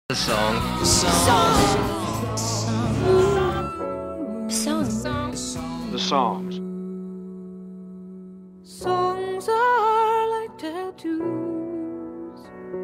The song. The songs. Songs are like tattoos.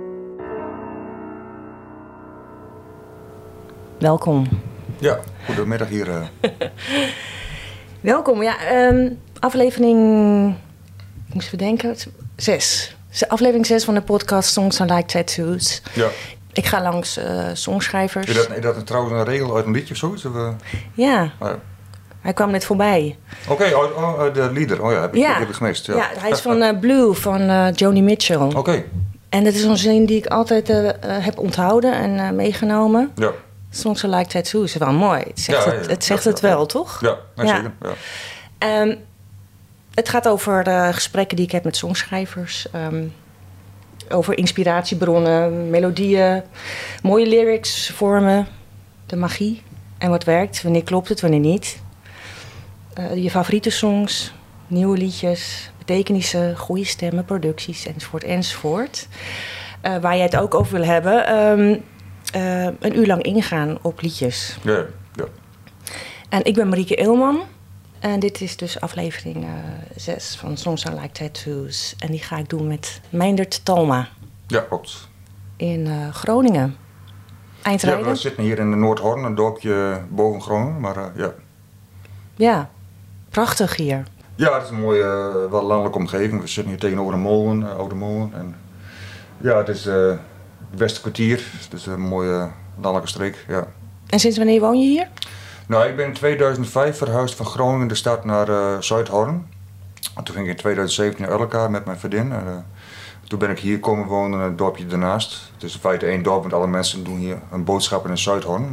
Welkom. Ja, goedemiddag hier. Welkom, ja. Aflevering, ik moest bedenken, 6. Aflevering 6 van de podcast Songs Are Like Tattoos. Ja. Ik ga langs songschrijvers. Is dat trouwens een regel uit een liedje of zoiets? Ja, Oh, ja. hij kwam net voorbij. Oké, de leader. Oh ja, heb ik gemist. Ja, Ja, hij is van Blue, van Joni Mitchell. Oké, En dat is een zin die ik altijd heb onthouden en meegenomen. ja. Songs Are Like Tattoos is wel mooi. Het zegt het wel, toch? Ja, Ja. zeker. Ja. Het gaat over gesprekken die ik heb met songschrijvers. Over inspiratiebronnen, melodieën, mooie lyrics vormen, de magie en wat werkt, wanneer klopt het, wanneer niet. Je favoriete songs, nieuwe liedjes, betekenissen, goede stemmen, producties enzovoort. Waar jij het ook over wil hebben, een uur lang ingaan op liedjes. Ja. En ik ben Marieke Eelman. En dit is dus aflevering 6 van Songs Are Like Tattoos. En die ga ik doen met Meindert Talma Ja, klopt. in Groningen. Ja, Eindrijden? we zitten hier in de Noordhorn, een dorpje boven Groningen. Maar ja. Ja, prachtig hier. Ja, het is een mooie, wel landelijke omgeving. We zitten hier tegenover een molen, oude molen. En ja, het is het Westerkwartier. Het is een mooie landelijke streek, ja. En sinds wanneer woon je hier? Nou, ik ben in 2005 verhuisd van Groningen de stad naar Zuidhorn. En toen ging ik in 2017 naar elkaar met mijn vriendin. Toen ben ik hier komen wonen in het dorpje daarnaast. Het is in feite één dorp, want alle mensen doen hier een boodschappen in Zuidhorn.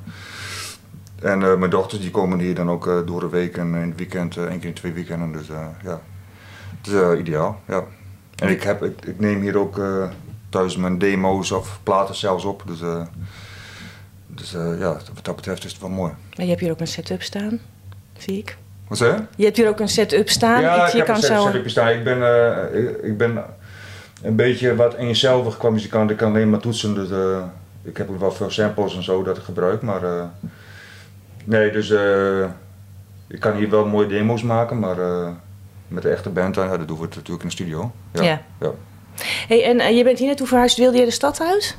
Mijn dochters die komen hier dan ook door de week en in het weekend, 1 keer in 2 weekenden. Dus ja, het is ideaal. Ja. En ik neem hier ook thuis mijn demo's of platen zelfs op. Dus ja, wat dat betreft is het wel mooi. En je hebt hier ook een setup staan, zie ik. Wat zei je? Je hebt hier ook een setup staan. Ja, je ik heb kan een zo... setupje staan. Ik ben een beetje wat eenzelvig qua muzikant. Ik kan alleen maar toetsen. Dus ik heb ook wel veel samples en zo dat ik gebruik. Maar ik kan hier wel mooie demo's maken. Maar met de echte band, dat doen we het natuurlijk in de studio. Ja. Ja. Hey, en je bent hier naartoe verhuisd. Wilde je de stad uit?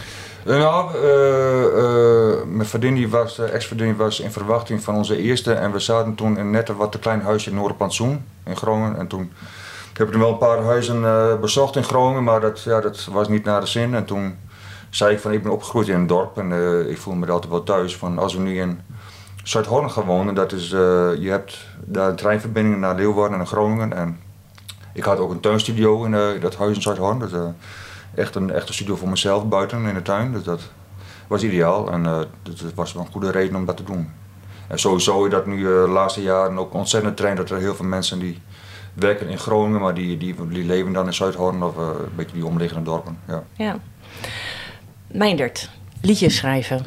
Mijn vriendin ex-vriendin was in verwachting van onze eerste en we zaten toen in net een wat te klein huisje in Noorderplantsoen in Groningen. En toen heb ik wel een paar huizen bezocht in Groningen, maar dat was niet naar de zin. En toen zei ik van ik ben opgegroeid in een dorp en ik voel me altijd wel thuis. Van als we nu in Zuidhorn gaan wonen, dat is, je hebt daar een treinverbinding naar Leeuwarden en naar Groningen. En ik had ook een tuinstudio in dat huis in Zuidhorn. Dus, echt een studio voor mezelf buiten in de tuin, dus dat was ideaal en dat was wel een goede reden om dat te doen. En sowieso dat nu de laatste jaren ook ontzettend traint dat er heel veel mensen die werken in Groningen, maar die leven dan in Zuidhorn of een beetje die omliggende dorpen. Ja. Meindert, liedjes schrijven.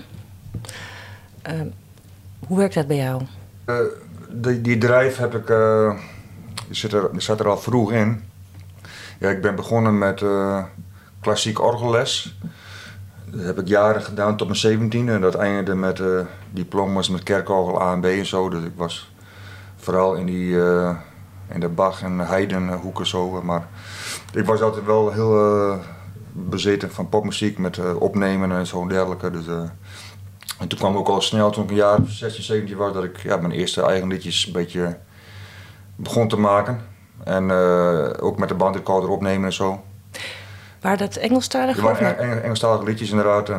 Hoe werkt dat bij jou? Die drijf heb ik, die zat er al vroeg in. Ja, ik ben begonnen met klassiek orgelles. Dat heb ik jaren gedaan tot mijn 17e en dat eindigde met diploma's met kerkorgel A en B en zo. Dus ik was vooral in de Bach en Haydn hoeken zo. Maar ik was altijd wel heel bezeten van popmuziek met opnemen en zo dergelijke. Dus, en toen kwam ook al snel, toen ik een jaar 16, 17 was, dat ik mijn eerste eigen liedjes een beetje begon te maken. En ook met de bandrecorder opnemen en zo. Waren dat Engelstalige? Er waren Engelstalige liedjes inderdaad.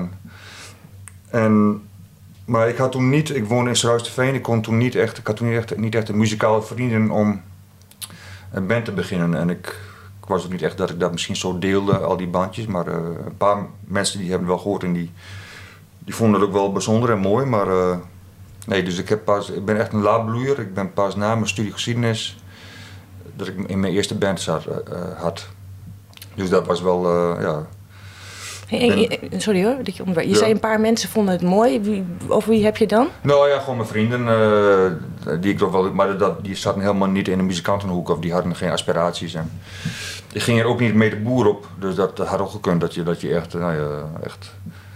Maar ik had toen niet, ik woonde in Sruisterveen, ik had toen niet echt een muzikale vrienden om een band te beginnen. En ik was ook niet echt dat ik dat misschien zo deelde, al die bandjes. Maar een paar mensen die hebben wel gehoord en die vonden het ook wel bijzonder en mooi. Maar nee, dus ik ben echt een laadbloeier. Ik ben pas na mijn studie geschiedenis dat ik in mijn eerste band had. Dus dat was wel, ja. Sorry hoor, dat je onderbreekt. Je zei een paar mensen vonden het mooi. Over wie heb je dan? Nou ja, gewoon mijn vrienden. Die ik toch wel, maar die zaten helemaal niet in de muzikantenhoek of die hadden geen aspiraties. En die gingen er ook niet mee de boer op. Dus dat had ook gekund dat je echt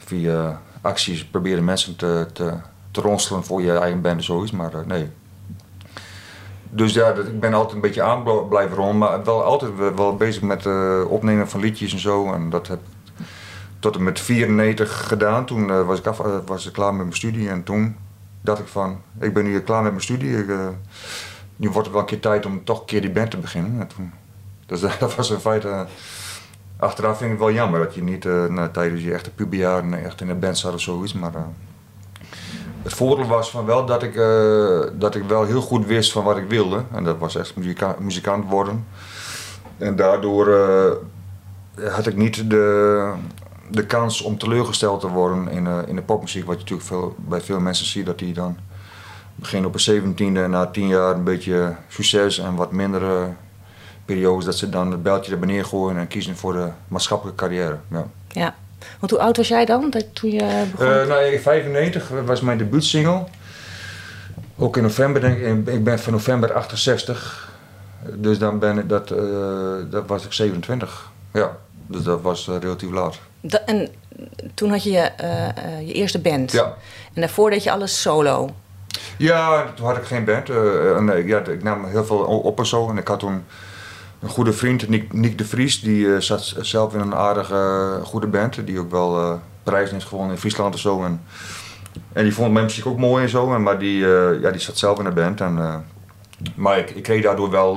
via acties proberen mensen te ronselen voor je eigen band of zoiets, maar nee. Dus ja, ik ben altijd een beetje aan blijven rollen, maar wel altijd wel bezig met opnemen van liedjes en zo. En dat heb ik tot en met 94 gedaan. Toen was ik klaar met mijn studie en toen dacht ik van, ik ben nu klaar met mijn studie. Nu wordt het wel een keer tijd om toch een keer die band te beginnen. En toen, dus dat was in feite, achteraf vind ik het wel jammer dat je niet tijdens je echte puberjaren echt in een band zat of zoiets. Maar het voordeel was van wel dat ik wel heel goed wist van wat ik wilde. En dat was echt muzikant worden. En daardoor had ik niet de kans om teleurgesteld te worden in de popmuziek. Wat je natuurlijk bij veel mensen ziet, dat die dan beginnen op een 17e en na 10 jaar een beetje succes en wat mindere periodes dat ze dan het beltje er beneden gooien en kiezen voor de maatschappelijke carrière. Ja. Ja. Want hoe oud was jij dan toen je begon? 95 was mijn debuutsingle. Ook in november, denk ik. Ik ben van november 68. Dus dan dat was ik 27. Ja, dus dat was relatief laat. En toen had je je eerste band. Ja. En daarvoor deed je alles solo. Ja, toen had ik geen band. Ik nam heel veel op en zo. En ik had toen een goede vriend, Nick de Vries, die zat zelf in een aardige, goede band. Die ook wel prijzen heeft gewonnen in Friesland en zo. En die vond mijn muziek ook mooi en zo. Maar die zat zelf in een band. Maar ik kreeg daardoor wel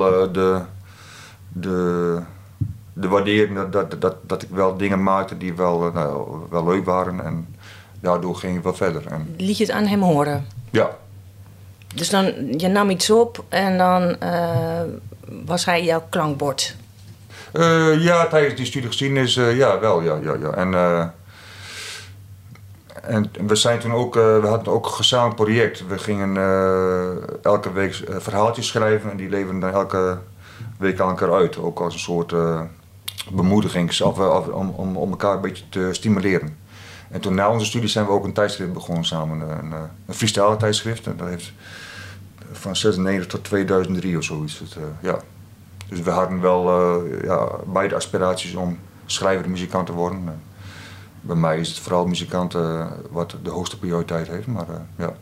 de waardering dat ik wel dingen maakte die wel leuk waren. En daardoor ging ik wel verder. En Liet je het aan hem horen? ja. Dus dan, je nam iets op en dan was hij jouw klankbord? Ja, tijdens die studie geschiedenis, ja, wel, ja. En we zijn toen ook, we hadden ook een gezamenlijk project. We gingen elke week verhaaltjes schrijven en die leverden dan elke week aan elkaar uit. Ook als een soort bemoediging om elkaar een beetje te stimuleren. En toen na onze studie zijn we ook een tijdschrift begonnen samen, een freestyle tijdschrift. En dat heeft van 96 tot 2003 of zoiets. Ja. Dus we hadden wel beide aspiraties om schrijver en muzikant te worden. Bij mij is het vooral muzikant wat de hoogste prioriteit heeft, maar ja.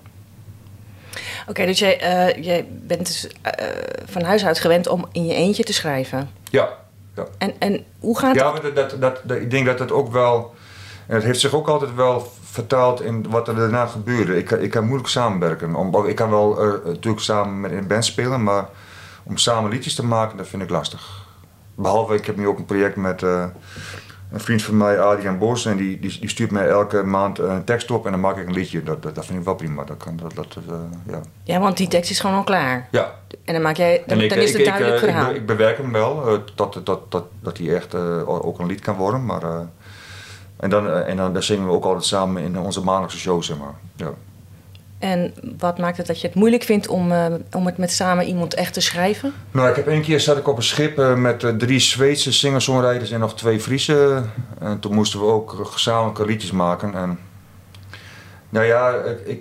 Oké, dus jij bent dus van huis uit gewend om in je eentje te schrijven? Ja. En hoe gaat ja, dat? maar ik denk dat het ook wel, en het heeft zich ook altijd wel vertaald in wat er daarna gebeurde. Ik kan moeilijk samenwerken. Ik kan wel natuurlijk samen in een band spelen, maar om samen liedjes te maken, dat vind ik lastig. Behalve, ik heb nu ook een project met een vriend van mij, Adriaan Bos, en die stuurt mij elke maand een tekst op en dan maak ik een liedje. Dat vind ik wel prima. Ja. Ja, want die tekst is gewoon al klaar. Ja. En dan maak jij, dan is het een duidelijk verhaal. Ik bewerk hem wel, dat hij echt ook een lied kan worden, maar en dan zingen we ook altijd samen in onze maandelijkse show, zeg maar. Ja. En wat maakt het dat je het moeilijk vindt om het met samen iemand echt te schrijven? Nou, ik heb 1 keer zat ik op een schip met 3 Zweedse singer-songwriters en nog 2 Friese. En toen moesten we ook gezamenlijke liedjes maken. En nou ja,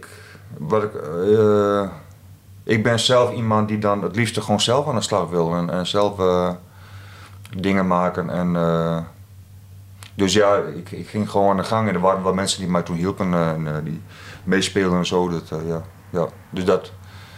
ik ben zelf iemand die dan het liefste gewoon zelf aan de slag wil en zelf dingen maken. En dus ja, ik ging gewoon aan de gang en er waren wel mensen die mij toen hielpen en die meespelen en zo. Dus dat.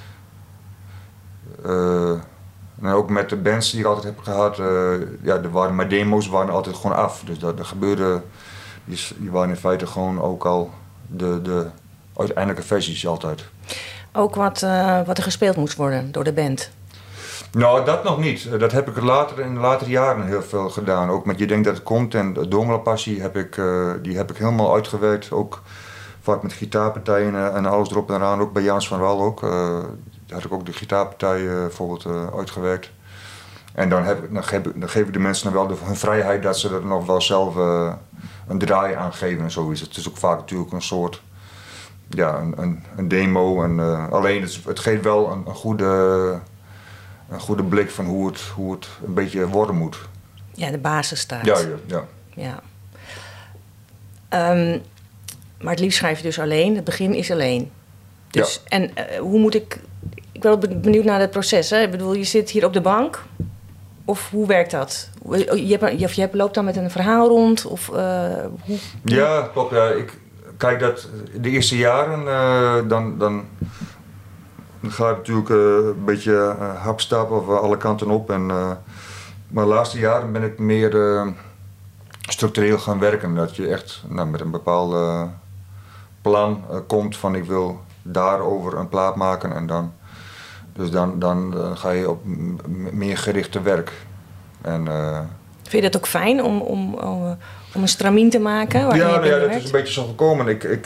En ook met de bands die ik altijd heb gehad, mijn demo's waren altijd gewoon af. Dus dat gebeurde, die waren in feite gewoon ook al de uiteindelijke versies altijd. Ook wat er gespeeld moest worden door de band? Nou, dat nog niet. Dat heb ik in de latere jaren heel veel gedaan. Ook met Je Denkt Dat Het Komt en de Dongerpassie die heb ik helemaal uitgewerkt. Ook vaak met gitaarpartijen en alles erop en eraan. Ook bij Jans van Wal ook. Daar had ik ook de gitaarpartij bijvoorbeeld uitgewerkt. En dan geef ik de mensen dan wel hun vrijheid dat ze er nog wel zelf een draai aan geven en zo is. Het is ook vaak natuurlijk een soort, ja, een demo. Alleen het geeft wel een goede blik van hoe het een beetje worden moet. Ja, de basis staat. Ja. Maar het liefst schrijf je dus alleen. Het begin is alleen. Dus, ja. En hoe moet ik ben wel benieuwd naar het proces. Hè? Ik bedoel, je zit hier op de bank. Of hoe werkt dat? Je loopt dan met een verhaal rond? Of, hoe? Ja, klopt. Ja. Kijk, de eerste jaren, dan gaat het natuurlijk een beetje hapstap of alle kanten op. Maar de laatste jaren ben ik meer structureel gaan werken. Dat je echt met een bepaald plan komt van ik wil daarover een plaat maken. En dan ga je op meer gerichte werk. Vind je dat ook fijn om een stramien te maken? Ja, dat is een beetje zo gekomen.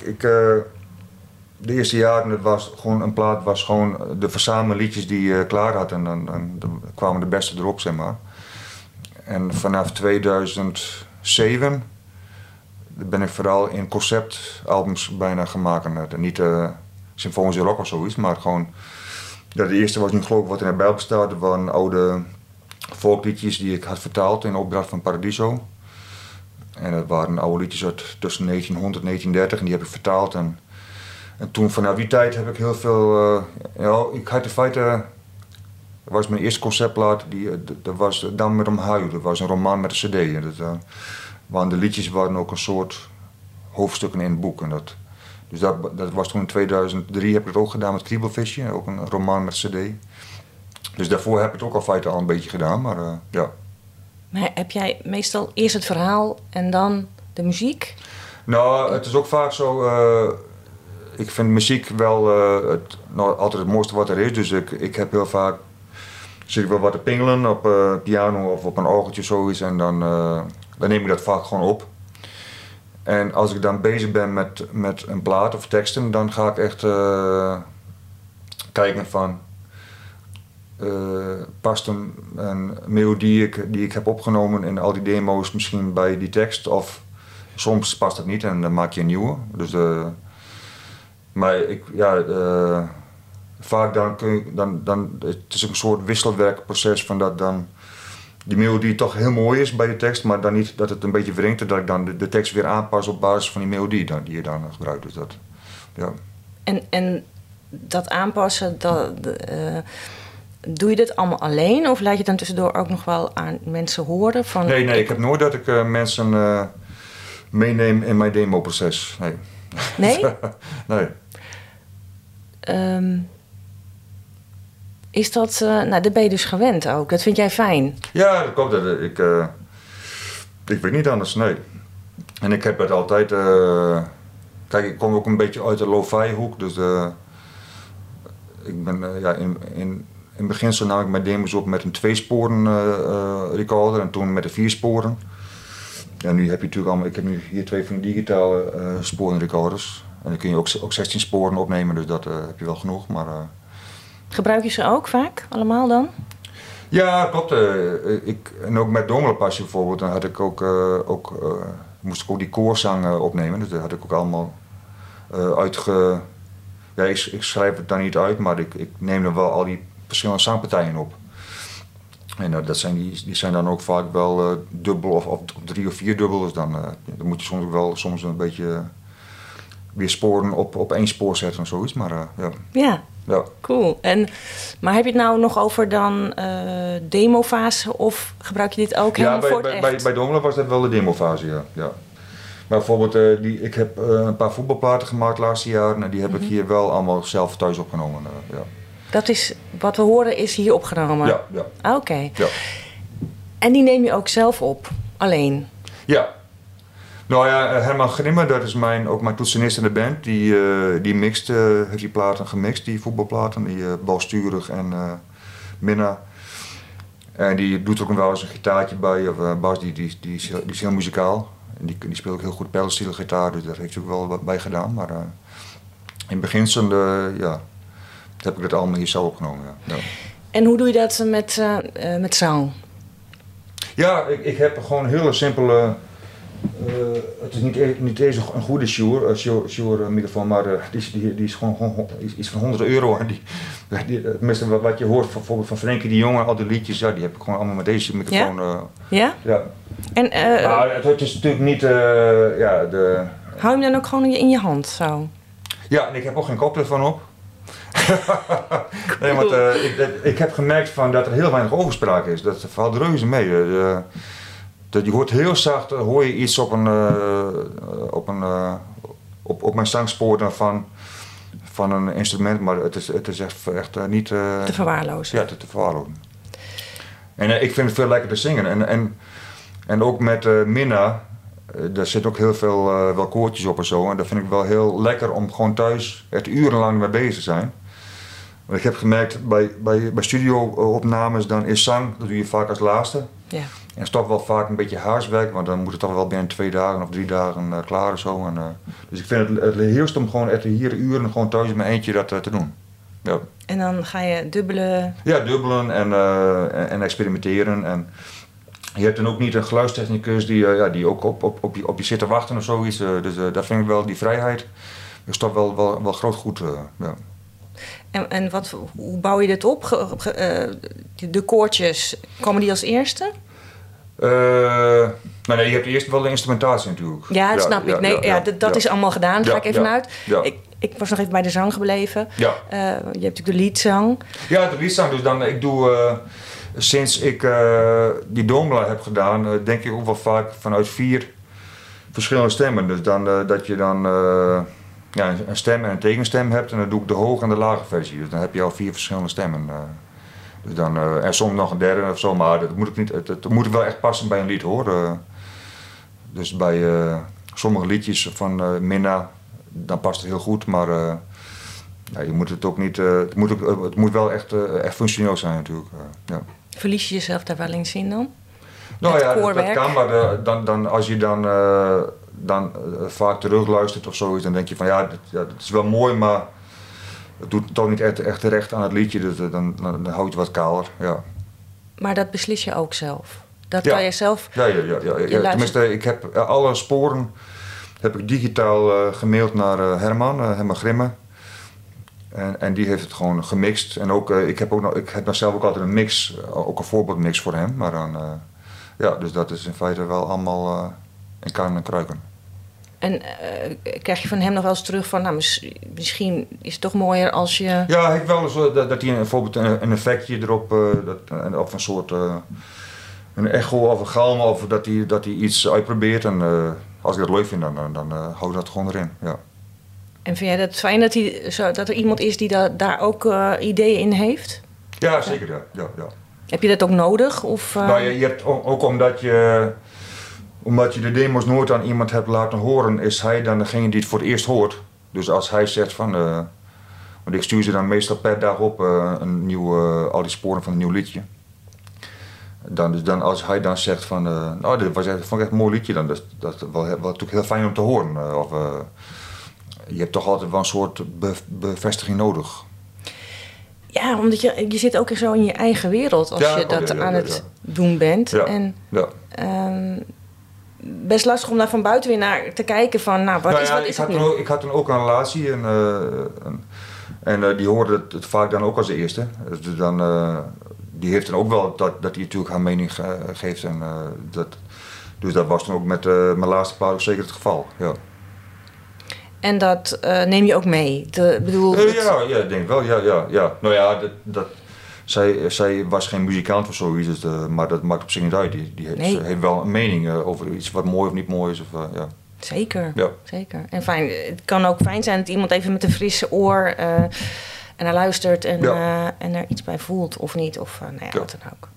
De eerste jaren was gewoon een plaat was gewoon de verzamelde liedjes die je klaar had en dan kwamen de beste erop, zeg maar. En vanaf 2007 ben ik vooral in conceptalbums bijna gemaakt. Niet symfonische rock of zoiets, maar gewoon. Ja, de eerste was niet geloof ik wat in de Bijbel staat. Dat waren oude folkliedjes die ik had vertaald in opdracht van Paradiso. En dat waren oude liedjes uit tussen 1900 en 1930 en die heb ik vertaald. En toen vanaf die tijd heb ik heel veel. Ik had in feite. Dat was mijn eerste conceptplaat, dat was Dan met Omhuil. Dat was een roman met een cd. De liedjes waren ook een soort hoofdstukken in het boek. Dus dat was toen in 2003 heb ik het ook gedaan met Kriebelvisje, ook een roman met cd. Dus daarvoor heb ik het ook al feite al een beetje gedaan, maar ja. Maar heb jij meestal eerst het verhaal en dan de muziek? Nou, het is ook vaak zo. Ik vind muziek wel altijd het mooiste wat er is. Dus ik heb heel vaak. Zit ik wel wat te pingelen op piano of op een orgeltje zoiets. En dan neem ik dat vaak gewoon op. En als ik dan bezig ben met een plaat of teksten, dan ga ik echt kijken van. Past een melodie die ik heb opgenomen in al die demo's misschien bij die tekst? Of soms past het niet en dan maak je een nieuwe. Dus, vaak het is een soort wisselwerkproces van dat dan die melodie toch heel mooi is bij de tekst, maar dan niet dat het een beetje wringt, dat ik dan de tekst weer aanpas op basis van die melodie die je dan gebruikt. Dus dat, ja. En dat aanpassen, doe je dat allemaal alleen of laat je het dan tussendoor ook nog wel aan mensen horen? Van, Nee, ik heb nooit dat ik mensen meeneem in mijn demoproces. Nee? Nee. Is dat, dat ben je dus gewend ook. Dat vind jij fijn? Ja, dat klopt. Ik weet niet anders, nee. En ik heb het altijd. Kijk, ik kom ook een beetje uit de lo-fi hoek, dus ik ben in het begin nam ik mijn demos op met een 2-sporen recorder en toen met een 4 sporen. Ja, nu heb je natuurlijk allemaal. Ik heb nu hier 2 van die digitale sporen recorders. En dan kun je ook 16 sporen opnemen, dus dat heb je wel genoeg. Maar, gebruik je ze ook vaak, allemaal dan? Ja, klopt. En ook met Domelenpasje bijvoorbeeld, dan had ik moest ik ook die koorzang opnemen. Dus dat had ik ook allemaal Ja, ik schrijf het dan niet uit, maar ik neem er wel al die verschillende zangpartijen op. En die zijn dan ook vaak wel dubbel of 3 of 4 dubbel. Dus dan moet je soms een beetje weer sporen op 1 spoor zetten of zoiets. Maar ja. Cool. Maar heb je het nou nog over dan demofase of gebruik je dit ook helemaal voor het echt? Bij Domela was dat wel de demofase, ja. Maar bijvoorbeeld, ik heb een paar voetbalplaten gemaakt de laatste jaren en die heb ik hier wel allemaal zelf thuis opgenomen. Ja. Dat is, wat we horen is hier opgenomen? Ja. Oké. Ja. En die neem je ook zelf op, alleen? Ja. Nou ja, Herman Grimme, dat is ook mijn toetsenist in de band, die heeft die platen gemixt, die voetbalplaten, die balsturig en Minna. En die doet ook wel eens een gitaartje bij, of Bas, die is heel muzikaal. En die speelt ook heel goed pedalsteel gitaar, dus daar heeft hij ook wel wat bij gedaan. Maar in beginsel, heb ik dat allemaal hier zelf opgenomen. Ja. En hoe doe je dat met zang? Ja, ik heb gewoon een hele simpele. Het is niet eens een goede Shure microfoon, maar die is gewoon iets van €100. En tenminste, wat je hoort bijvoorbeeld van Frenkie de Jonge, al die liedjes, die heb ik gewoon allemaal met deze microfoon. Ja? Ja. En, het is natuurlijk niet. Hou je hem dan ook gewoon in je hand zo? Ja, en ik heb ook geen koptelefoon op. Nee, want ik heb gemerkt van dat er heel weinig overspraak is. Dat valt reuze mee. Je hoort heel zacht, hoor je iets op mijn zangspoor van een instrument, maar het is echt niet... te verwaarlozen. Ja, te verwaarlozen. En ik vind het veel lekkerder zingen. En ook met Minna, daar zit ook heel veel wel koortjes op en zo. En dat vind ik wel heel lekker om gewoon thuis echt urenlang mee bezig te zijn. Want ik heb gemerkt bij studio-opnames, dan is zang, dat doe je vaak als laatste. Ja. En is toch wel vaak een beetje haarswerk, want dan moet het toch wel binnen 2 dagen of 3 dagen klaar of zo. Dus ik vind het heerst om gewoon echt hier uren gewoon thuis in mijn eentje dat te doen. Ja. En dan ga je dubbelen? Ja, dubbelen en experimenteren. En je hebt dan ook niet een geluidstechnicus die ook op je zit te wachten of zoiets. Dus daar vind ik wel die vrijheid. is toch wel groot goed. Ja. En hoe bouw je dit op? De koortjes, komen die als eerste? Nee, je hebt eerst wel de instrumentatie natuurlijk. Ja, dat snap ik. Nee, dat is allemaal gedaan. Daar ga ik even uit. Ja. Ik was nog even bij de zang gebleven. Ja. Je hebt natuurlijk de liedzang. Ja, de liedzang. Dus ik doe sinds ik die Domela heb gedaan, denk ik ook wel vaak vanuit 4 verschillende stemmen. Dus dat je dan een stem en een tegenstem hebt. En dan doe ik de hoge en de lage versie. Dus dan heb je al 4 verschillende stemmen. Dus en soms nog een derde of zo, maar dat moet ik niet. Het moet wel echt passen bij een lied hoor. Dus bij sommige liedjes van Minna, dan past het heel goed, maar je moet het ook niet. Het moet wel echt functioneel zijn natuurlijk. Ja. Verlies je jezelf daar wel eens in dan? Nou ja, dat kan, maar als je dan vaak terug luistert of zoiets, dan denk je van dat is wel mooi, maar het doet toch niet echt recht aan het liedje, dus dan houd je wat kaler. Ja. Maar dat beslis je ook zelf? Dat kan je zelf... Ja. Tenminste, ik heb alle sporen heb ik digitaal gemaild naar Herman Grimme. En die heeft het gewoon gemixt. En ook, ik heb dan zelf ook altijd een mix, ook een voorbeeldmix voor hem. Maar dan, dus dat is in feite wel allemaal in kan en kruiken. En krijg je van hem nog wel eens terug van, misschien is het toch mooier als je... Ja, hij heeft wel eens dat hij bijvoorbeeld een effectje erop, of een soort een echo of een galm, of dat hij iets uitprobeert. En als ik dat leuk vind, dan hou ik dat gewoon erin. Ja. En vind jij dat fijn dat er iemand is die daar ook ideeën in heeft? Ja, zeker. Ja. Heb je dat ook nodig? Of, je hebt ook omdat je de demos nooit aan iemand hebt laten horen, is hij dan degene die het voor het eerst hoort. Dus als hij zegt van, want ik stuur ze dan meestal per dag op al die sporen van een nieuw liedje. Dan als hij dan zegt van, dit vond ik echt een mooi liedje, dan dat wel natuurlijk heel fijn om te horen. Je hebt toch altijd wel een soort bevestiging nodig. Ja, omdat je zit ook zo in je eigen wereld als je dat aan het doen bent. Ja. En best lastig om daar van buiten weer naar te kijken van, wat is het nu? Ik had toen ook een relatie en die hoorde het vaak dan ook als eerste. Dus die heeft dan ook wel dat hij natuurlijk haar mening geeft. Dus dat was dan ook met mijn laatste plaat ook zeker het geval. Ja. En dat neem je ook mee? Ik denk wel, ja. Nou ja, zij was geen muzikant of zoiets, maar dat maakt op zich niet uit. Ze heeft wel een mening over iets wat mooi of niet mooi is. Ja. Zeker, ja. Zeker. En fijn, het kan ook fijn zijn dat iemand even met een frisse oor en naar luistert en er iets bij voelt of niet. Of wat dan ook.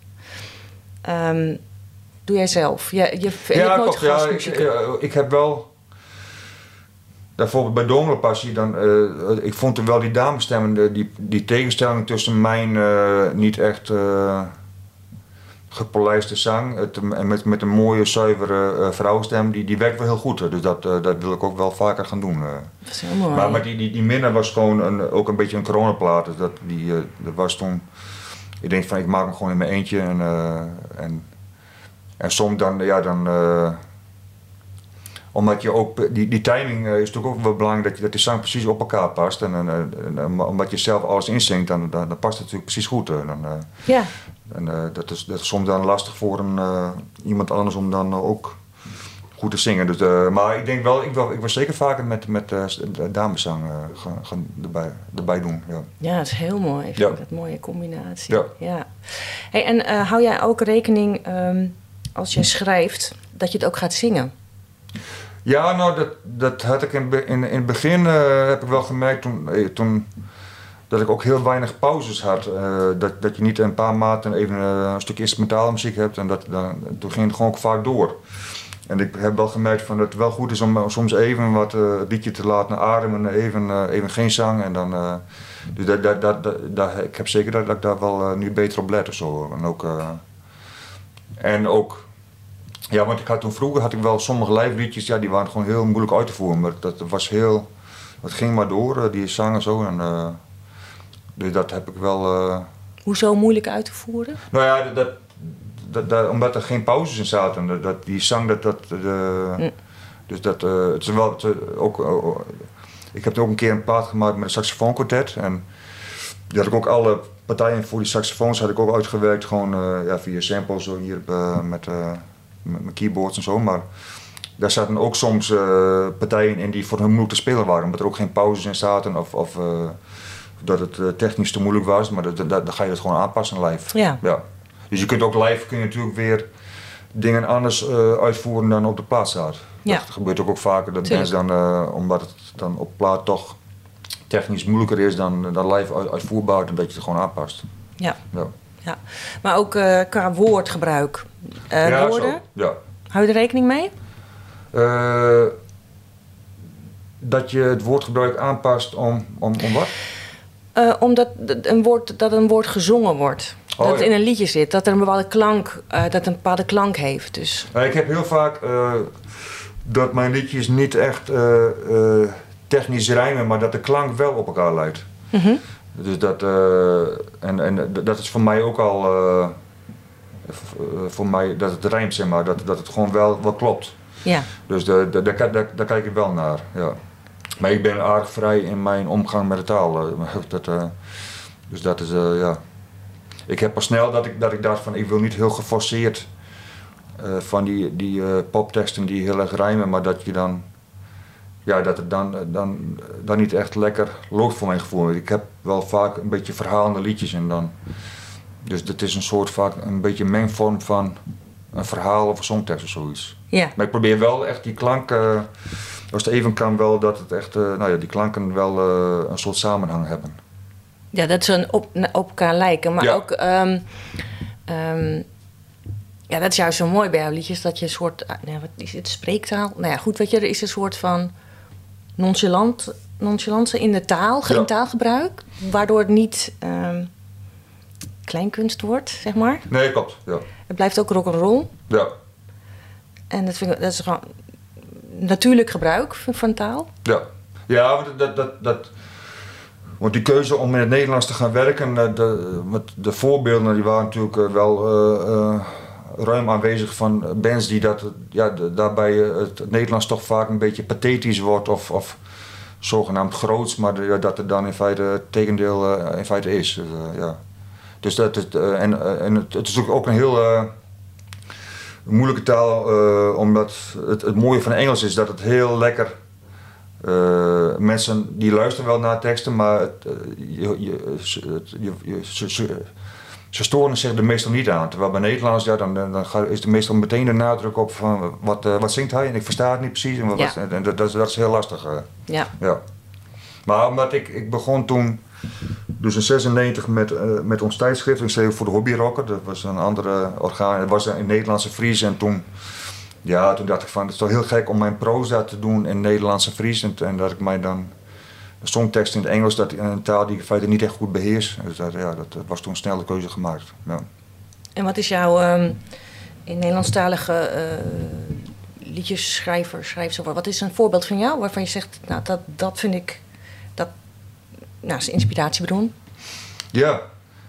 Doe jij zelf? Je hebt nooit gastmuziek. Ik heb wel... Bijvoorbeeld bij Domela Passie, ik vond er wel die damesstemmen, die tegenstelling tussen mijn niet echt gepolijste zang en met een mooie, zuivere vrouwenstem, die werkt wel heel goed. Dus dat wil ik ook wel vaker gaan doen. Dat is heel mooi. Maar die Minna was gewoon ook een beetje een coronaplaat. Dus dat was toen, ik denk van ik maak hem gewoon in mijn eentje en soms omdat je ook, die timing is natuurlijk ook wel belangrijk dat die zang precies op elkaar past. En omdat je zelf alles inzingt, dan past het natuurlijk precies goed. Dat is soms dan lastig voor iemand anders om dan ook goed te zingen. Dus, maar ik denk wel, ik wil zeker vaker met dameszang erbij doen. Ja. Ja, dat is heel mooi. Ik vind dat een mooie combinatie. Ja. Hey, en hou jij ook rekening, als je schrijft, dat je het ook gaat zingen? Ja, nou, dat had ik in het begin, heb ik wel gemerkt toen dat ik ook heel weinig pauzes had. Dat je niet een paar maanden even een stukje instrumentale muziek hebt en toen ging het gewoon ook vaak door. En ik heb wel gemerkt van dat het wel goed is om soms even wat liedje te laten ademen, even geen zang. En dan, dus ik heb zeker dat ik daar wel nu beter op let of zo. En ook, ja, want vroeger had ik wel sommige live liedjes, ja, die waren gewoon heel moeilijk uit te voeren. Maar dat ging maar door, die zang en zo. Dus dat heb ik wel... Hoezo moeilijk uit te voeren? Nou ja, omdat er geen pauzes in zaten. Die zang, dus dat, het is wel ik heb ook een keer een plaat gemaakt met een saxofoonkwartet. En die had ik ook alle partijen voor die saxofoons had ik ook uitgewerkt. Gewoon via samples zo hier met mijn keyboards en zo. Maar daar zaten ook soms partijen in die voor hun moeilijk te spelen waren. Omdat er ook geen pauzes in zaten of dat het technisch te moeilijk was. Maar dan ga je het gewoon aanpassen live. Ja. Dus je kunt ook live natuurlijk weer dingen anders uitvoeren dan op de plaat staat. Ja. Dat gebeurt ook vaker dat mensen dan, omdat het dan op plaat toch technisch moeilijker is dan live uitvoerbaar, dan dat je het gewoon aanpast. Ja. Maar ook qua woordgebruik. Woorden? Zo. Ja. Hou je er rekening mee? Dat je het woordgebruik aanpast om wat? Omdat een woord gezongen wordt. Dat het in een liedje zit, dat er een bepaalde klank heeft. Dus. Ik heb heel vaak dat mijn liedjes niet echt technisch rijmen, maar dat de klank wel op elkaar lijkt. Mm-hmm. Dus dat is voor mij ook al voor mij dat het rijmt, zeg maar, dat het gewoon wel klopt. Ja. Dus daar kijk ik wel naar. Ja. Maar ik ben aardig vrij in mijn omgang met de taal. Dus dat is ja. Ik heb pas snel dat ik dacht van ik wil niet heel geforceerd van die popteksten die heel erg rijmen, maar dat je dan ja, dat het dan niet echt lekker loopt voor mijn gevoel. Ik heb wel vaak een beetje verhalende liedjes en dan dus het is een soort vaak een beetje mengvorm van een verhaal of een songtekst of zoiets. Ja. Maar ik probeer wel echt die klank, als het even kan wel dat het echt, die klanken wel een soort samenhang hebben. Ja, dat ze op elkaar lijken. Maar ook, ja, dat is juist zo mooi bij jouw liedjes, dat je een soort, wat is het, spreektaal? Nou ja, goed, weet je, er is een soort van nonchalance in de taal, in taalgebruik, waardoor het niet kleinkunst wordt, zeg maar. Nee, klopt, ja. Het blijft ook rock'n'roll. Ja. En dat is gewoon natuurlijk gebruik van taal. Ja, ja, want die keuze om in het Nederlands te gaan werken, de voorbeelden die waren natuurlijk wel ruim aanwezig van bands die daarbij het Nederlands toch vaak een beetje pathetisch wordt of zogenaamd groots, maar dat het dan in feite het tegendeel in feite is. Ja. Dus dat het, het is natuurlijk ook een heel moeilijke taal, omdat het mooie van Engels is dat het heel lekker. Mensen die luisteren wel naar teksten, maar ze storen zich er meestal niet aan. Terwijl bij Nederlands, dan is er meestal meteen de nadruk op van wat zingt hij en ik versta het niet precies. En dat is heel lastig. Ja. Maar omdat ik begon toen, dus in 96 met ons tijdschrift, ik schreef voor de Hobby Rocker, dat was een andere orgaan, dat was een Nederlandse Fries en toen dacht ik van, het is toch heel gek om mijn proza te doen in Nederlandse Fries en dat ik mij dan de songtekst in het Engels, dat een taal die ik in feite niet echt goed beheers. Dus dat was toen snel de keuze gemaakt. Ja. En wat is jouw in Nederlandstalige liedjesschrijver, wat is een voorbeeld van jou waarvan je zegt, nou dat vind ik, dat is een inspiratiebron? Ja.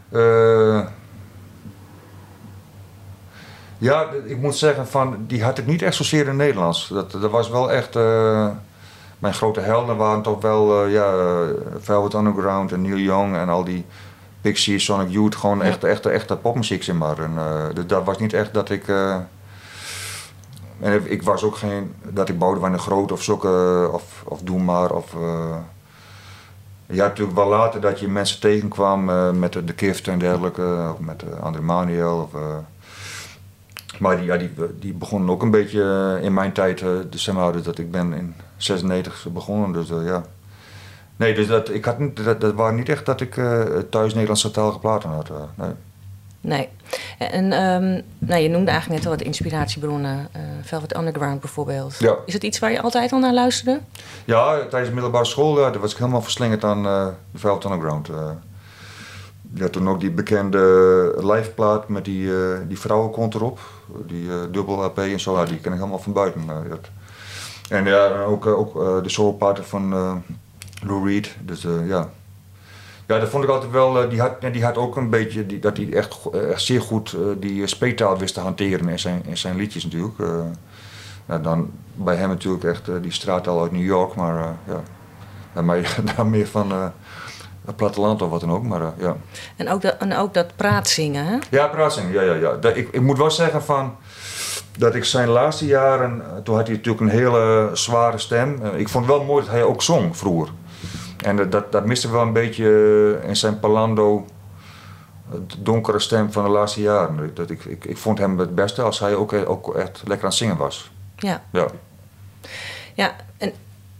Ja, ik moet zeggen, die had ik niet echt zozeer in het Nederlands. Dat was wel echt, mijn grote helden waren toch wel, Velvet Underground en Neil Young en al die Pixies, Sonic Youth, gewoon echt popmuziek, zeg maar. En dat was niet echt dat ik En ik was ook geen, dat ik Boudewijn Groot of zulke, of Doe Maar. Je had natuurlijk wel later dat je mensen tegenkwam met de Kift en dergelijke, of met André Manuel. Maar die begonnen ook een beetje in mijn tijd, dus zeg maar, dat ik ben in 96 begonnen, dus ja. Nee, dus dat waren niet echt dat ik thuis Nederlandse talige platen had. Nee. Nee. En nou, je noemde eigenlijk net al wat inspiratiebronnen. Velvet Underground bijvoorbeeld. Ja. Is het iets waar je altijd al naar luisterde? Ja, tijdens de middelbare school daar was ik helemaal verslingerd aan de Velvet Underground. Je had toen ook die bekende liveplaat met die vrouwenkont erop. Die dubbel AP en zo, die ken ik helemaal van buiten. En ja, ook de soulplaten van Lou Reed. Dus ja. Ja, dat vond ik altijd wel. Die had ook een beetje dat hij echt zeer goed die speektaal wist te hanteren in zijn liedjes natuurlijk. Dan bij hem natuurlijk echt die straattaal uit New York, maar ja, bij mij daar meer van het platteland of wat dan ook. Maar, ja. En ook dat praatzingen, hè? Ja, praatzingen, ja. Ik moet wel zeggen van dat ik zijn laatste jaren, toen had hij natuurlijk een hele zware stem. Ik vond het wel mooi dat hij ook zong vroeger. En dat miste wel een beetje in zijn Palando, de donkere stem van de laatste jaren. Ik vond hem het beste als hij ook echt lekker aan het zingen was. Ja. Ja, Ja, en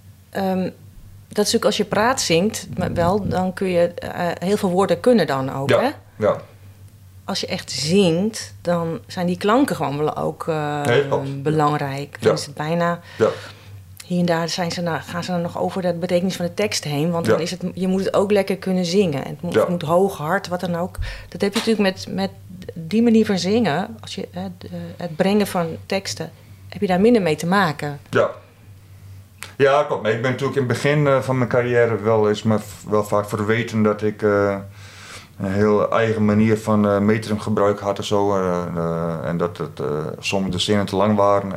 dat is natuurlijk als je praat zingt, maar wel, dan kun je heel veel woorden kunnen dan ook, ja, hè? ja. Als je echt zingt, dan zijn die klanken gewoon wel ook belangrijk. Dan Ja. is het bijna... Ja. Hier en daar gaan ze dan nog over de betekenis van de tekst heen. Want Ja. dan is je moet het ook lekker kunnen zingen. En het moet hoog, hard, wat dan ook. Dat heb je natuurlijk met die manier van zingen. Als je, het brengen van teksten, heb je daar minder mee te maken. Ja. Ja, klopt. Maar ik ben natuurlijk in het begin van mijn carrière wel vaak verweten dat ik een heel eigen manier van metrum-gebruik had en zo. En dat soms de zinnen te lang waren.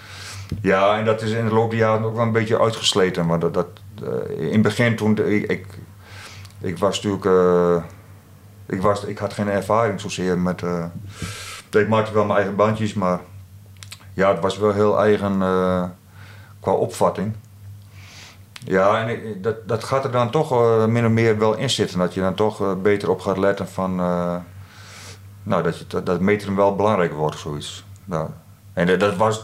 En dat is in de loop der jaren ook wel een beetje uitgesleten. Maar in het begin toen ik was natuurlijk... ik had geen ervaring zozeer met... ik maakte wel mijn eigen bandjes, maar... Ja, het was wel heel eigen qua opvatting. Ja, en dat gaat er dan toch min of meer wel in zitten. Dat je dan toch beter op gaat letten van... nou, dat metrum wel belangrijk wordt of zoiets. Ja. En dat was...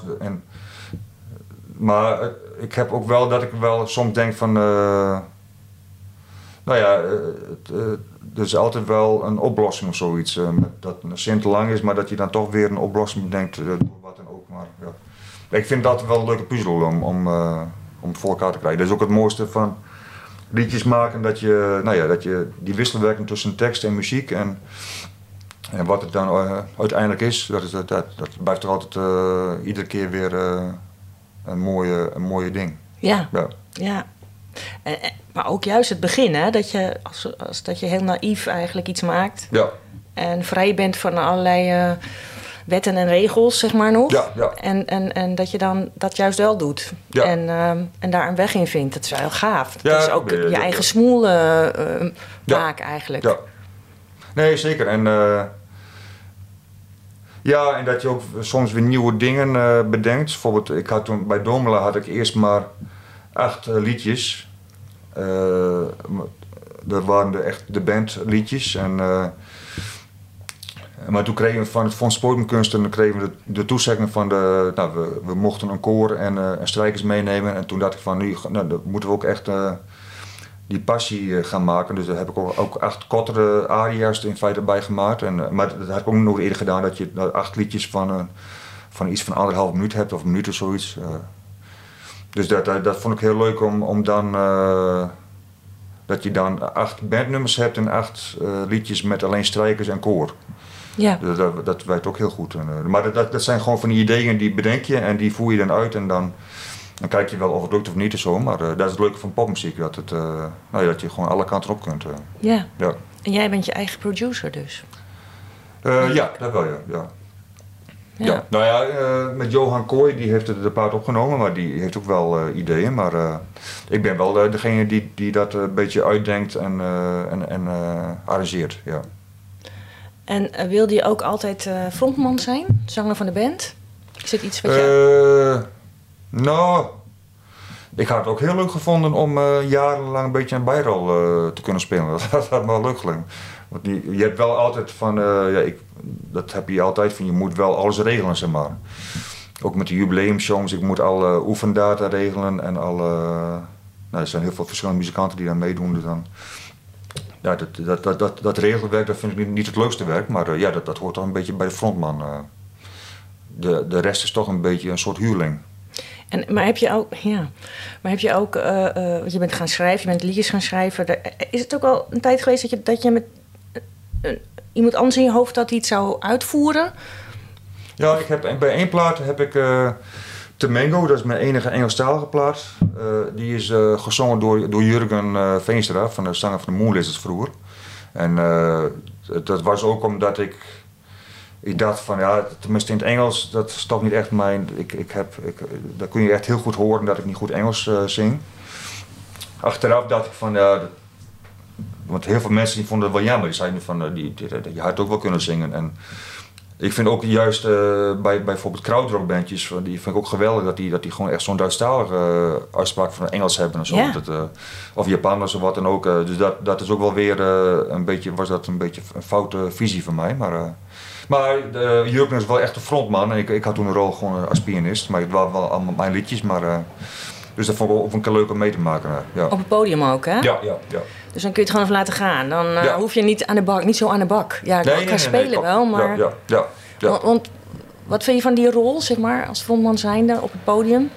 Maar ik heb ook wel dat ik wel soms denk van... nou ja, er is altijd wel een oplossing of zoiets. Dat een zin te lang is, maar dat je dan toch weer een oplossing bedenkt. Wat dan ook, maar ja. Ik vind dat wel een leuke puzzel om het voor elkaar te krijgen. Dat is ook het mooiste van liedjes maken. Dat je die wisselwerking tussen tekst en muziek en wat het dan uiteindelijk is. Dat blijft toch altijd iedere keer weer... een mooie ding. Ja. Maar ook juist het begin, hè? Dat je, dat je heel naïef eigenlijk iets maakt. Ja. En vrij bent van allerlei wetten en regels, zeg maar nog. Ja. En dat je dan dat juist wel doet. Ja. En daar een weg in vindt. Dat is wel heel gaaf. Ja, Dat is ook je eigen smoel maak eigenlijk. Ja. Nee, zeker. En... ja, en dat je ook soms weer nieuwe dingen bedenkt. Bijvoorbeeld, bij Domela had ik eerst maar 8 liedjes. Dat waren echt de bandliedjes. Maar toen kregen we van het Fonds Podiumkunsten de toezegging van we mochten een koor en strijkers meenemen. En toen dacht ik van dan moeten we ook echt die passie gaan maken. Dus daar heb ik ook 8 kortere aria's in feite bij gemaakt. Maar dat heb ik ook nog eerder gedaan, dat je 8 liedjes van iets van 1,5 minuut hebt of een minuut of zoiets. Dus dat vond ik heel leuk om dan... dat je dan 8 bandnummers hebt en 8 liedjes met alleen strijkers en koor. Ja. Dat werkt ook heel goed. Maar dat zijn gewoon van die ideeën die bedenk je en die voer je dan uit en dan kijk je wel of het lukt of niet of zo. Maar dat is het leuke van popmuziek, dat je gewoon alle kanten op kunt. Ja. Ja. En jij bent je eigen producer dus? Ja, dat wel, ja. Ja. Nou ja, met Johan Kooi, die heeft de plaat opgenomen, maar die heeft ook wel ideeën. Maar ik ben wel degene die dat een beetje uitdenkt en arrangeert, ja. En wilde je ook altijd frontman zijn, zanger van de band? Is het iets wat je... Nou, ik had het ook heel leuk gevonden om jarenlang een beetje een bijrol te kunnen spelen. Dat had me wel leuk gelegen. Want je hebt wel altijd van, dat heb je altijd van, je moet wel alles regelen, zeg maar. Ook met de jubileumshows, ik moet alle oefendata regelen en alle... Nou, er zijn heel veel verschillende muzikanten die daar meedoen, dus dan... Ja, dat regelwerk, dat vind ik niet het leukste werk, maar dat hoort toch een beetje bij de frontman. De rest is toch een beetje een soort huurling. Maar heb je ook, want je bent gaan schrijven, je bent liedjes gaan schrijven. Is het ook al een tijd geweest dat je met iemand anders in je hoofd dat iets zou uitvoeren? Ja, bij één plaat heb ik Temengo, dat is mijn enige Engelstalige plaat. Die is gezongen door Jurgen Veenstra, van de zanger van de Moonlizards vroeger. En dat was ook omdat ik dacht van ja, tenminste in het Engels, dat is toch niet echt mijn... daar kun je echt heel goed horen dat ik niet goed Engels zing. Achteraf dacht ik van ja, want heel veel mensen die vonden het wel jammer. Die zeiden van je had ook wel kunnen zingen. En ik vind ook juist bij bijvoorbeeld krautrockbandjes, die vind ik ook geweldig dat die gewoon echt zo'n Duitsstalige uitspraak van Engels hebben en zo. Ja. Of Japanners of wat dan ook. Dus dat is ook wel weer een beetje een foute visie van mij. Maar Jurgen is wel echt een frontman en ik had toen een rol gewoon als pianist. Maar het waren wel allemaal mijn liedjes. Dus dat vond ik ook een keer leuk om mee te maken. Ja. Op het podium ook, hè? Ja. Dus dan kun je het gewoon even laten gaan. Dan hoef je niet zo aan de bak. Ja, ik kan spelen wel, maar... Ja. Want wat vind je van die rol, zeg maar, als frontman zijnde op het podium?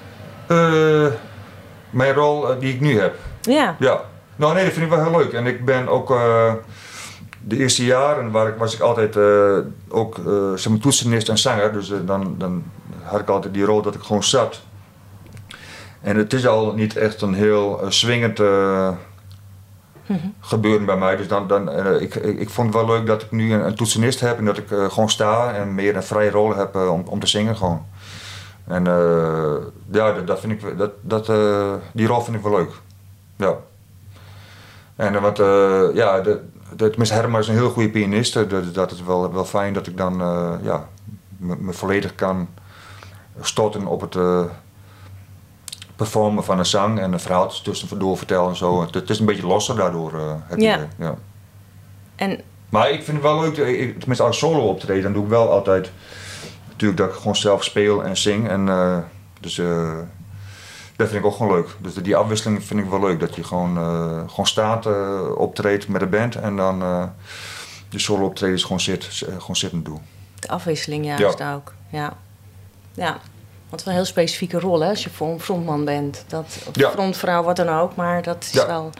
Mijn rol die ik nu heb? Ja. Nou nee, dat vind ik wel heel leuk. En ik ben ook... de eerste jaren was ik altijd zeg maar toetsenist en zanger. Dus dan had ik altijd die rol dat ik gewoon zat. En het is al niet echt een heel swingend gebeuren bij mij. Dus ik vond het wel leuk dat ik nu een toetsenist heb en dat ik gewoon sta en meer een vrije rol heb om te zingen gewoon. En dat vind ik, die rol vind ik wel leuk. Ja. En tenminste Herman is een heel goede pianist. Dat is wel fijn dat ik dan me volledig kan storten op het performen van een zang en een verhaal tussendoor vertellen en zo. Het is een beetje losser daardoor. Ja. Maar ik vind het wel leuk, tenminste als solo optreden, dan doe ik wel altijd natuurlijk dat ik gewoon zelf speel en zing. En, dat vind ik ook gewoon leuk. Dus die afwisseling vind ik wel leuk. Dat je gewoon staat, optreedt met de band en dan de solo optredens gewoon zittend doe. De afwisseling juist ook. Ja. Want wel een heel specifieke rol, hè, als je frontman bent. Frontvrouw, wat dan ook, maar dat is wel...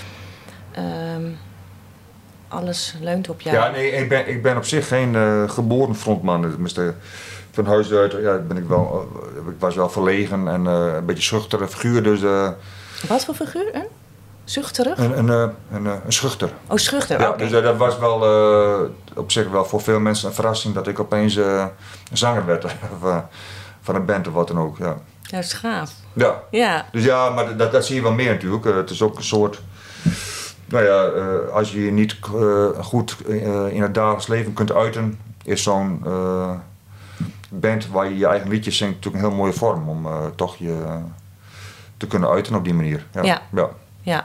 alles leunt op jou. Ja, nee, ik ben op zich geen geboren frontman. Tenminste, van huis uit ik was wel verlegen en een beetje schuchtere figuur. Dus, wat voor figuur? Schuchterig? Een schuchter. Oh, schuchter, ja, oké. Dus dat was wel op zich wel voor veel mensen een verrassing dat ik opeens een zanger werd. Van een band of wat dan ook. Ja. Dat is gaaf. Ja. Dus ja, maar dat zie je wel meer natuurlijk. Het is ook een soort... als je je niet goed in het dagelijks leven kunt uiten, is zo'n band waar je je eigen liedjes zingt natuurlijk een heel mooie vorm om toch je te kunnen uiten op die manier. Ja.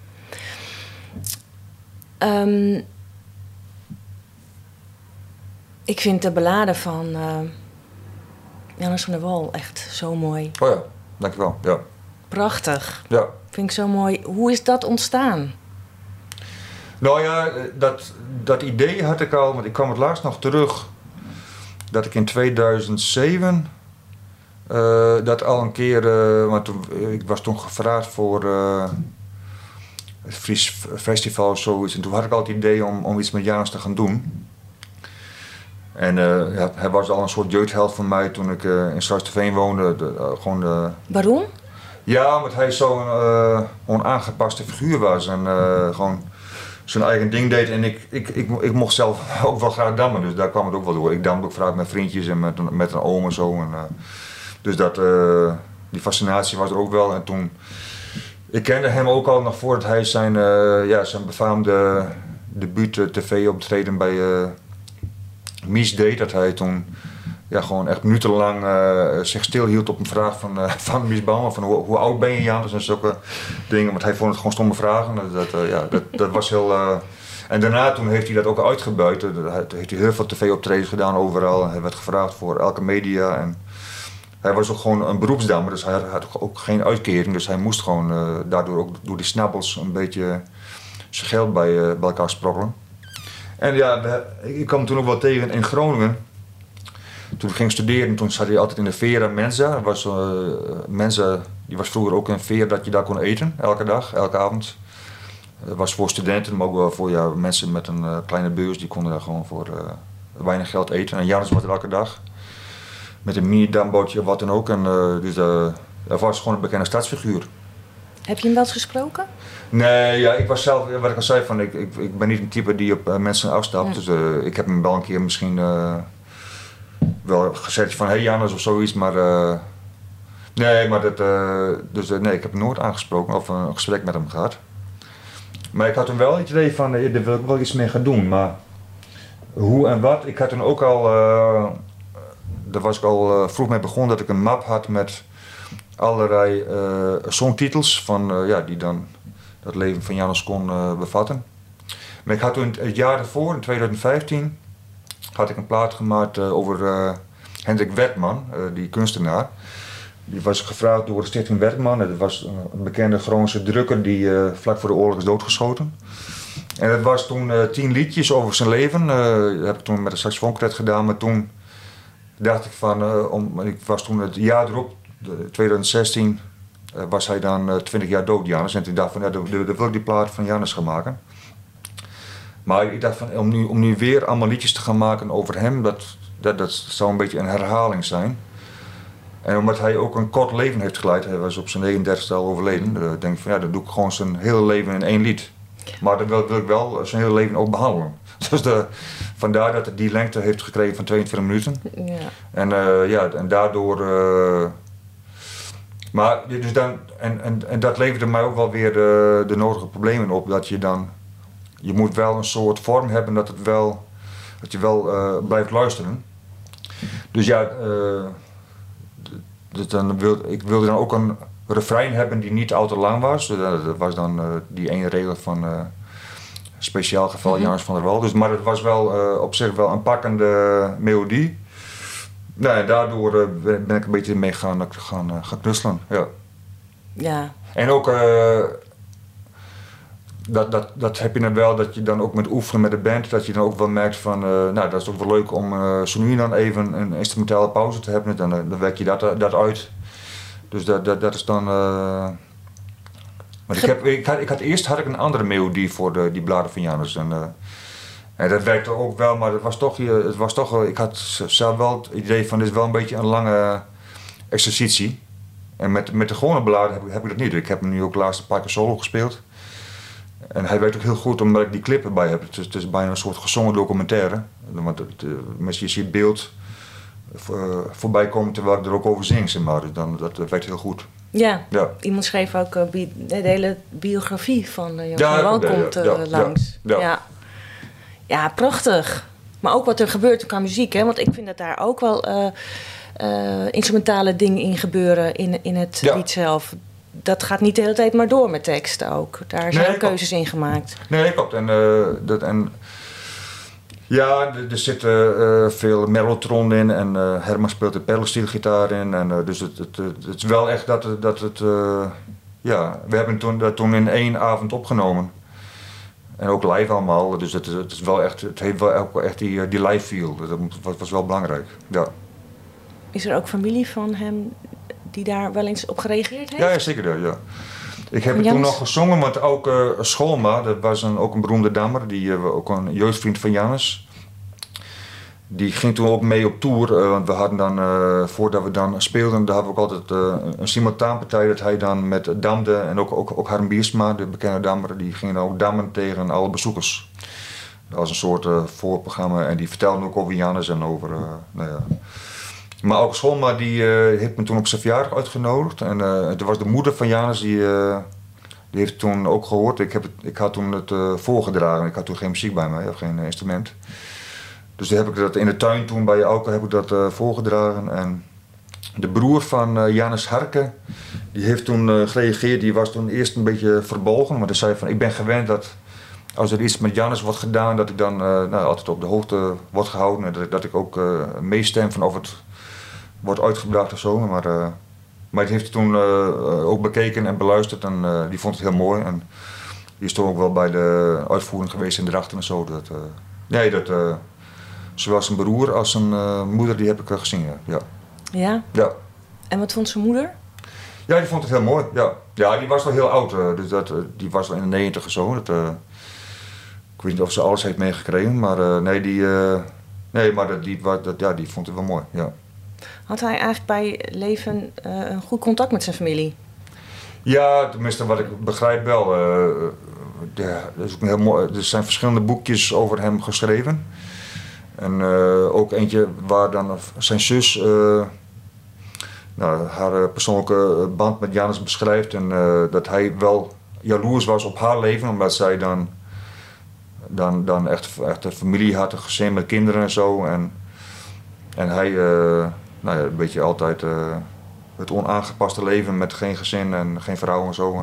Ik vind de ballade van Jannes van der Wal echt zo mooi. Oh ja, dankjewel. Ja. Prachtig. Ja. Vind ik zo mooi. Hoe is dat ontstaan? Nou ja, dat idee had ik al, want ik kwam het laatst nog terug dat ik in 2007 dat al een keer, want ik was toen gevraagd voor het Fries Festival of zoiets en toen had ik al het idee om iets met Jannes te gaan doen. En hij was al een soort jeugdheld van mij toen ik in Soesterveen woonde. Waarom? Ja, want hij zo'n onaangepaste figuur was en gewoon zijn eigen ding deed. En ik mocht zelf ook wel graag dammen, dus daar kwam het ook wel door. Ik damde ook vaak met vriendjes en met een oom en zo. En, dus die fascinatie was er ook wel. En toen, ik kende hem ook al nog voordat hij zijn befaamde debuut tv optreden bij Mies deed. Dat hij toen gewoon echt minutenlang zich stilhield op een vraag van Mies Bouwman. Van hoe oud ben je, Janus? En zulke dingen. Want hij vond het gewoon stomme vragen. Dat was heel... En daarna toen heeft hij dat ook uitgebuit. Heeft hij heel veel tv-optredens gedaan overal. Hij werd gevraagd voor elke media. En hij was ook gewoon een beroepsdammer. Dus hij had ook geen uitkering. Dus hij moest gewoon daardoor ook door die snabbels een beetje zijn geld bij elkaar sprokkelen. En ja, ik kwam toen ook wel tegen in Groningen. Toen ik ging studeren, toen zat hij altijd in de Vera Mensa. Mensa, die was vroeger ook een veer dat je daar kon eten, elke dag, elke avond. Dat was voor studenten, maar ook wel voor mensen met een kleine beurs, die konden daar gewoon voor weinig geld eten. En Janus was er elke dag, met een mini-dambootje of wat dan ook. En dus dat was gewoon een bekende stadsfiguur. Heb je hem wel eens gesproken? Nee, ja, ik was zelf, wat ik al zei, van, ik ben niet een type die op mensen afstapt. Dus ik heb hem wel een keer misschien wel gezegd van hey Janus of zoiets, maar nee, maar nee, ik heb hem nooit aangesproken of een gesprek met hem gehad. Maar ik had hem wel het idee van, daar wil ik wel iets mee gaan doen, maar hoe en wat, ik had toen ook al, daar was ik al vroeg mee begonnen dat ik een map had met allerlei songtitels van, die dan dat leven van Janus kon bevatten. Maar ik had toen het jaar daarvoor, in 2015, had ik een plaat gemaakt over Hendrik Werkman, die kunstenaar. Die was gevraagd door de Stichting Werkman. Dat was een bekende Groningse drukker die vlak voor de oorlog is doodgeschoten. En dat was toen 10 liedjes over zijn leven. Dat heb ik toen met een saxofoonkwartet gedaan. Maar toen dacht ik van, ik was toen het jaar erop, 2016, was hij dan 20 jaar dood, Janus. En toen dacht ik van, dan wil ik die plaat van Janus gaan maken. Maar ik dacht van, om nu weer allemaal liedjes te gaan maken over hem, dat zou een beetje een herhaling zijn. En omdat hij ook een kort leven heeft geleid, hij was op zijn 39e al overleden, denk ik van dan doe ik gewoon zijn hele leven in 1 lied. Maar dan wil ik wel zijn hele leven ook behandelen. Dus vandaar dat het die lengte heeft gekregen van 22 minuten. Ja. En daardoor... maar dus dan, en dat leverde mij ook wel weer de nodige problemen op, dat je moet wel een soort vorm hebben dat je wel blijft luisteren. Dus ja, ik wilde dan ook een refrein hebben die niet al te lang was. Dat was dan die ene regel van speciaal geval Janus van der Wal. Dus, maar het was wel op zich wel een pakkende melodie. Nou, en daardoor ben ik een beetje mee gaan knutselen. Ja. Ja. En ook dat heb je dan wel, dat je dan ook met oefenen met de band, dat je dan ook wel merkt van, dat is ook wel leuk om zo nu dan even een instrumentale pauze te hebben. Dan werk je dat uit. Dus dat is dan... Maar eerst had ik een andere melodie voor die bladen van Janus. En dat werkte ook wel, maar het was toch, ik had zelf wel het idee van, dit is wel een beetje een lange exercitie. En met de gewone bladen heb ik dat niet. Ik heb hem nu ook laatst een paar keer solo gespeeld. En hij werkt ook heel goed omdat ik die clip erbij heb. Het is bijna een soort gezongen documentaire. Want je ziet beeld voorbij komen terwijl ik er ook over zing, zeg maar. Dus dat werkt heel goed. Ja. Iemand schreef ook de hele biografie van Janus van der Wal komt langs. Ja, prachtig. Maar ook wat er gebeurt qua muziek, hè? Want ik vind dat daar ook wel instrumentale dingen in gebeuren in het lied zelf. Dat gaat niet de hele tijd maar door met teksten ook. Daar zijn keuzes in gemaakt. Nee, klopt. Er zit veel mellotron in en Herman speelt de pedalsteelgitaar in. En, dus het is wel echt dat het... we hebben dat toen in 1 avond opgenomen. En ook live allemaal. Dus het is wel echt, het heeft wel echt die live feel. Dat was wel belangrijk. Ja. Is er ook familie van hem die daar wel eens op gereageerd heeft? Ja, zeker. Ja. Ik heb het toen nog gezongen, want ook Scholma, dat was ook een beroemde dammer, ook een jeugdvriend van Janus. Die ging toen ook mee op tour, want we hadden dan, voordat we dan speelden, daar hadden we ook altijd een simultaanpartij dat hij dan met damde en ook Harm Biersma, de bekende dammer, die gingen dan ook dammen tegen alle bezoekers. Dat was een soort voorprogramma en die vertelden ook over Janus en over, Maar ook Scholma die heeft me toen op zijn verjaardag uitgenodigd. En er was de moeder van Janus, die heeft toen ook gehoord. Ik had toen het voorgedragen. Ik had toen geen muziek bij mij, of geen instrument. Dus die heb ik dat in de tuin toen bij Auke heb ik dat voorgedragen. En de broer van Jannes Harke, die heeft toen gereageerd. Die was toen eerst een beetje verbolgen. Maar hij zei van, ik ben gewend dat als er iets met Jannes wordt gedaan, dat ik dan altijd op de hoogte word gehouden. En dat ik ook meestem van of het wordt uitgebracht of zo. Maar hij heeft het toen ook bekeken en beluisterd en die vond het heel mooi. En die is toen ook wel bij de uitvoering geweest in Drachten en zo. Zowel zijn broer als zijn moeder, die heb ik gezien. Ja. Ja? Ja. En wat vond zijn moeder? Ja, die vond het heel mooi. Ja, ja, die was wel heel oud. Dus die was wel in de 90 of zo. Ik weet niet of ze alles heeft meegekregen, maar die vond het wel mooi. Ja. Had hij eigenlijk bij leven een goed contact met zijn familie? Ja, tenminste wat ik begrijp wel. Dat is ook heel mooi. Er zijn verschillende boekjes over hem geschreven. En ook eentje waar dan zijn zus haar persoonlijke band met Jannes beschrijft. En dat hij wel jaloers was op haar leven, omdat zij dan echt een familie had, een gezin met kinderen en zo. En hij een beetje altijd het onaangepaste leven met geen gezin en geen vrouw en zo.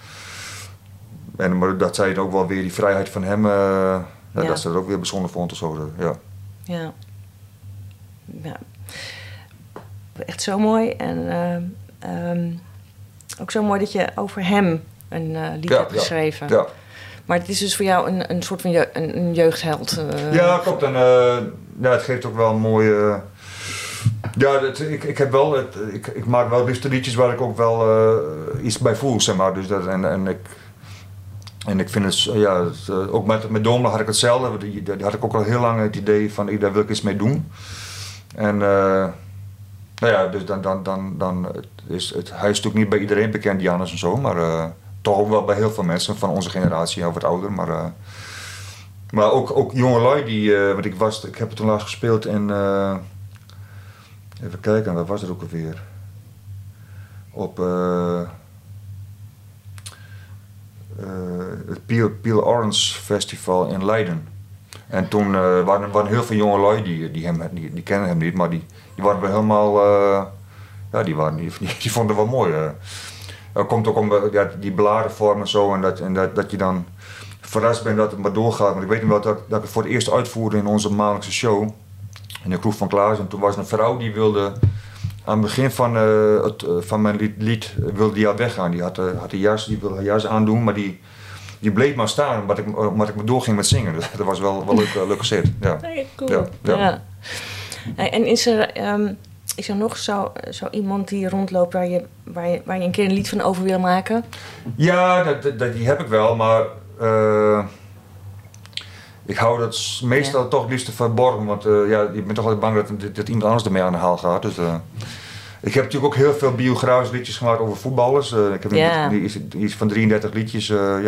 Maar dat zij ook wel weer die vrijheid van hem, dat ze dat ook weer bijzonder vond of zo. Ja. Echt zo mooi. En ook zo mooi dat je over hem een lied hebt geschreven. Ja. Maar het is dus voor jou een soort van een jeugdheld. Ja, klopt. En het geeft ook wel een mooie... ik maak wel liefste liedjes waar ik ook wel iets bij voel, zeg maar. Dus ik vind het, ook met Domela had ik hetzelfde. Daar had ik ook al heel lang het idee van, daar wil ik iets mee doen. En dus dan is het, hij is natuurlijk niet bij iedereen bekend, Jannes en zo, maar toch ook wel bij heel veel mensen van onze generatie, of wat ouder. Maar ook jongelui want ik heb het toen laatst gespeeld in, even kijken, waar was het ook alweer? Op het Peel Orange Festival in Leiden. En toen waren heel veel jongelui die kennen hem niet, maar die waren wel helemaal, die vonden het wel mooi. Dat komt ook om die bladenvorm en zo en dat je dan verrast bent dat het maar doorgaat. Want ik weet nog wel dat ik het voor het eerst uitvoerde in onze maandelijkse show in de kroeg van Klaas. En toen was er een vrouw die wilde aan het begin van mijn lied wilde die al weggaan. Die wilde haar jas aandoen, maar die bleef maar staan omdat ik me doorging met zingen. Dus dat was wel leuk gezet. Ja. Nee, cool. Ja. En is er nog zo iemand die rondloopt waar je een keer een lied van over wil maken? Ja, die heb ik wel, maar ik hou dat meestal toch het liefst verborgen. Want je bent toch altijd bang dat iemand anders ermee aan de haal gaat. Dus, ik heb natuurlijk ook heel veel biografische liedjes gemaakt over voetballers. Ik heb iets van 33 liedjes.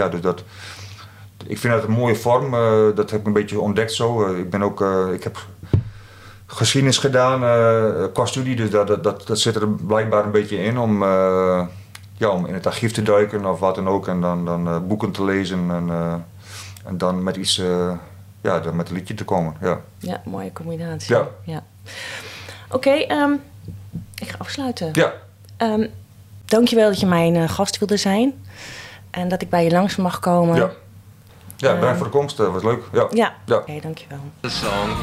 Ik vind dat een mooie vorm. Dat heb ik een beetje ontdekt zo. Ik heb geschiedenis gedaan qua studie, dus dat zit er blijkbaar een beetje in om in het archief te duiken of wat dan ook. En dan boeken te lezen en dan met iets, dan met een liedje te komen. Ja, mooie combinatie. Ja. Oké, ik ga afsluiten. Ja. Dankjewel dat je mijn gast wilde zijn. En dat ik bij je langs mag komen. Ja. Ja, bedankt voor de komst. Dat was leuk. Ja. Oké, dankjewel. The songs.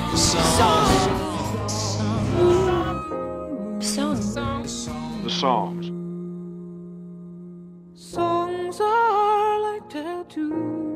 Songs are like tattoos.